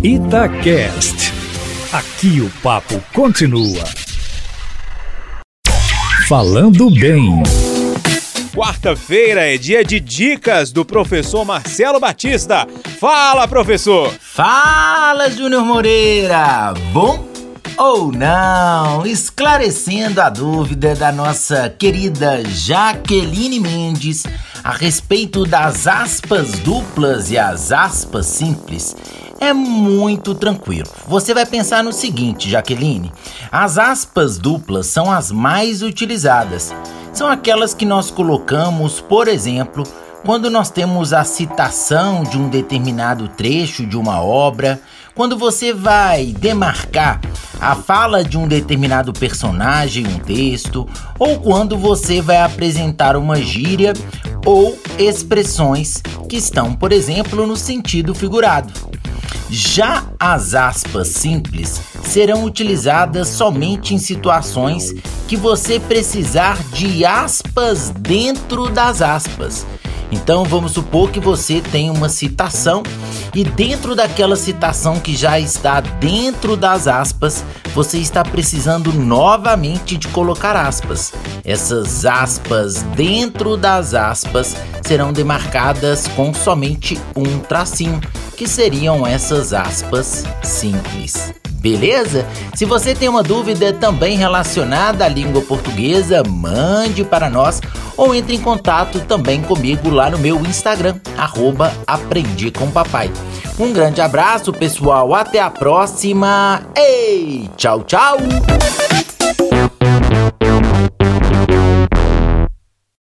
Itacast. Aqui o papo continua. Falando bem. Quarta-feira é dia de dicas do professor Marcelo Batista. Fala, professor! Fala, Júnior Moreira! Bom ou não? Esclarecendo a dúvida da nossa querida Jaqueline Mendes a respeito das aspas duplas e as aspas simples. É muito tranquilo. Você vai pensar no seguinte, Jaqueline: as aspas duplas são as mais utilizadas. São aquelas que nós colocamos, por exemplo, quando nós temos a citação de um determinado trecho de uma obra, quando você vai demarcar a fala de um determinado personagem em um texto, ou quando você vai apresentar uma gíria ou expressões que estão, por exemplo, no sentido figurado. Já as aspas simples serão utilizadas somente em situações que você precisar de aspas dentro das aspas. Então vamos supor que você tem uma citação e dentro daquela citação que já está dentro das aspas, você está precisando novamente de colocar aspas. Essas aspas dentro das aspas serão demarcadas com somente um tracinho, que seriam essas aspas simples. Beleza? Se você tem uma dúvida também relacionada à língua portuguesa, mande para nós ou entre em contato também comigo lá no meu Instagram, @aprendicompapai. Um grande abraço, pessoal. Até a próxima. Ei, tchau, tchau!